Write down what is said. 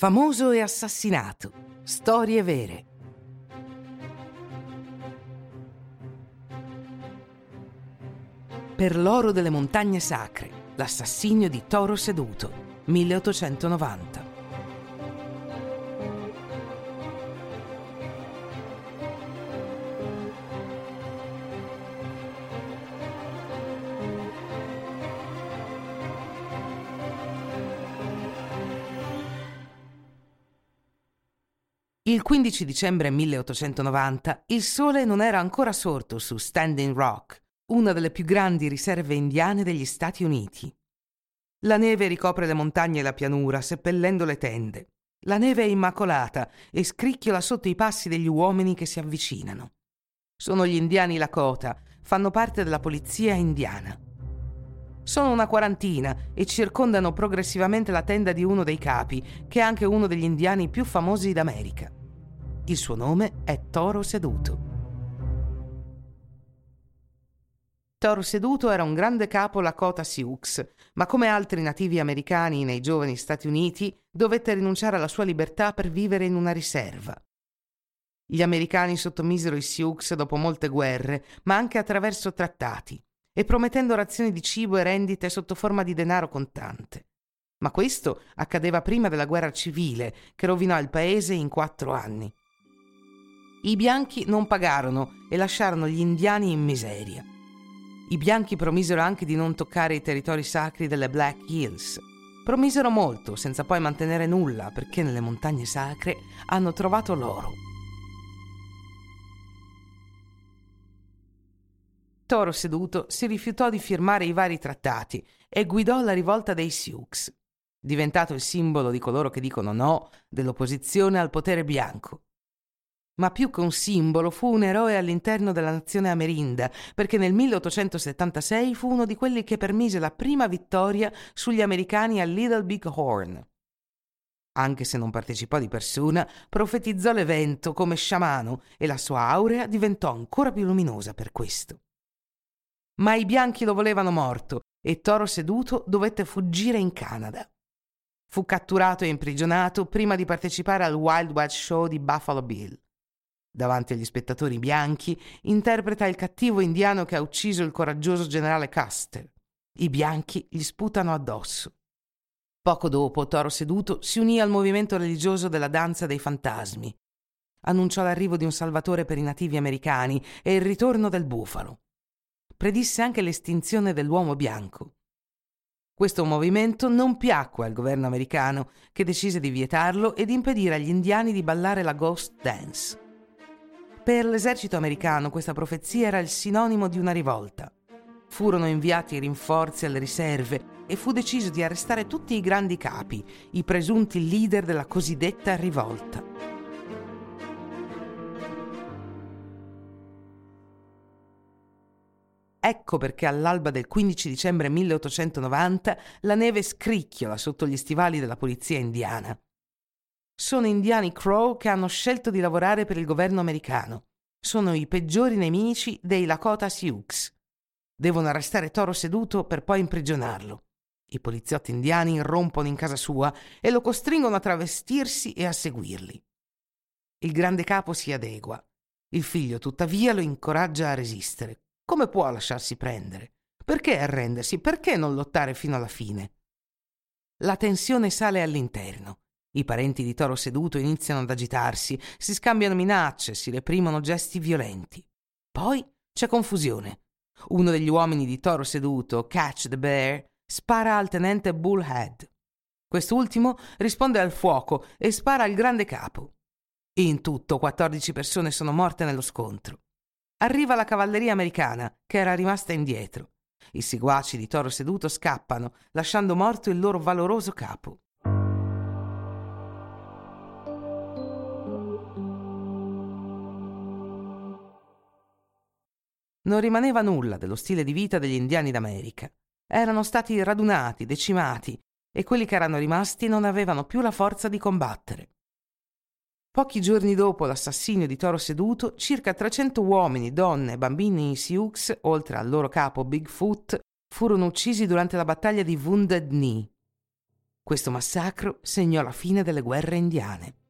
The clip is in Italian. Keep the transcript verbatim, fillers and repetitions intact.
Famoso e assassinato. Storie vere. Per l'oro delle montagne sacre, l'assassinio di Toro Seduto, milleottocentonovanta. Il quindici dicembre milleottocentonovanta il sole non era ancora sorto su Standing Rock, una delle più grandi riserve indiane degli Stati Uniti. La neve ricopre le montagne e la pianura, seppellendo le tende. La neve è immacolata e scricchiola sotto i passi degli uomini che si avvicinano. Sono gli indiani Lakota, fanno parte della polizia indiana. Sono una quarantina e circondano progressivamente la tenda di uno dei capi, che è anche uno degli indiani più famosi d'America. Il suo nome è Toro Seduto. Toro Seduto era un grande capo Lakota Sioux, ma come altri nativi americani nei giovani Stati Uniti, dovette rinunciare alla sua libertà per vivere in una riserva. Gli americani sottomisero i Sioux dopo molte guerre, ma anche attraverso trattati, e promettendo razioni di cibo e rendite sotto forma di denaro contante. Ma questo accadeva prima della guerra civile, che rovinò il paese in quattro anni. I bianchi non pagarono e lasciarono gli indiani in miseria. I bianchi promisero anche di non toccare i territori sacri delle Black Hills. Promisero molto, senza poi mantenere nulla, perché nelle montagne sacre hanno trovato l'oro. Toro Seduto si rifiutò di firmare i vari trattati e guidò la rivolta dei Sioux, diventato il simbolo di coloro che dicono no dell'opposizione al potere bianco. Ma più che un simbolo fu un eroe all'interno della nazione amerinda, perché nel milleottocentosettantasei fu uno di quelli che permise la prima vittoria sugli americani a Little Big Horn. Anche se non partecipò di persona, profetizzò l'evento come sciamano e la sua aurea diventò ancora più luminosa per questo. Ma i bianchi lo volevano morto e Toro Seduto dovette fuggire in Canada. Fu catturato e imprigionato prima di partecipare al Wild West Show di Buffalo Bill. Davanti agli spettatori bianchi interpreta il cattivo indiano che ha ucciso il coraggioso generale Custer. I bianchi gli sputano addosso. Poco dopo Toro Seduto si unì al movimento religioso della danza dei fantasmi. Annunciò l'arrivo di un salvatore per i nativi americani e il ritorno del bufalo. Predisse anche l'estinzione dell'uomo bianco. Questo movimento non piacque al governo americano, che decise di vietarlo ed impedire agli indiani di ballare la ghost dance. Per l'esercito americano questa profezia era il sinonimo di una rivolta. Furono inviati rinforzi alle riserve e fu deciso di arrestare tutti i grandi capi, i presunti leader della cosiddetta rivolta. Ecco perché all'alba del quindici dicembre milleottocentonovanta la neve scricchiola sotto gli stivali della polizia indiana. Sono indiani Crow che hanno scelto di lavorare per il governo americano. Sono i peggiori nemici dei Lakota Sioux. Devono arrestare Toro Seduto per poi imprigionarlo. I poliziotti indiani irrompono in casa sua e lo costringono a travestirsi e a seguirli. Il grande capo si adegua. Il figlio, tuttavia, lo incoraggia a resistere. Come può lasciarsi prendere? Perché arrendersi? Perché non lottare fino alla fine? La tensione sale all'interno. I parenti di Toro Seduto iniziano ad agitarsi, si scambiano minacce, si reprimono gesti violenti. Poi c'è confusione. Uno degli uomini di Toro Seduto, Catch the Bear, spara al tenente Bullhead. Quest'ultimo risponde al fuoco e spara al grande capo. In tutto quattordici persone sono morte nello scontro. Arriva la cavalleria americana, che era rimasta indietro. I seguaci di Toro Seduto scappano, lasciando morto il loro valoroso capo. Non rimaneva nulla dello stile di vita degli indiani d'America. Erano stati radunati, decimati, e quelli che erano rimasti non avevano più la forza di combattere. Pochi giorni dopo l'assassinio di Toro Seduto, circa trecento uomini, donne e bambini Sioux, oltre al loro capo Bigfoot, furono uccisi durante la battaglia di Wounded Knee. Questo massacro segnò la fine delle guerre indiane.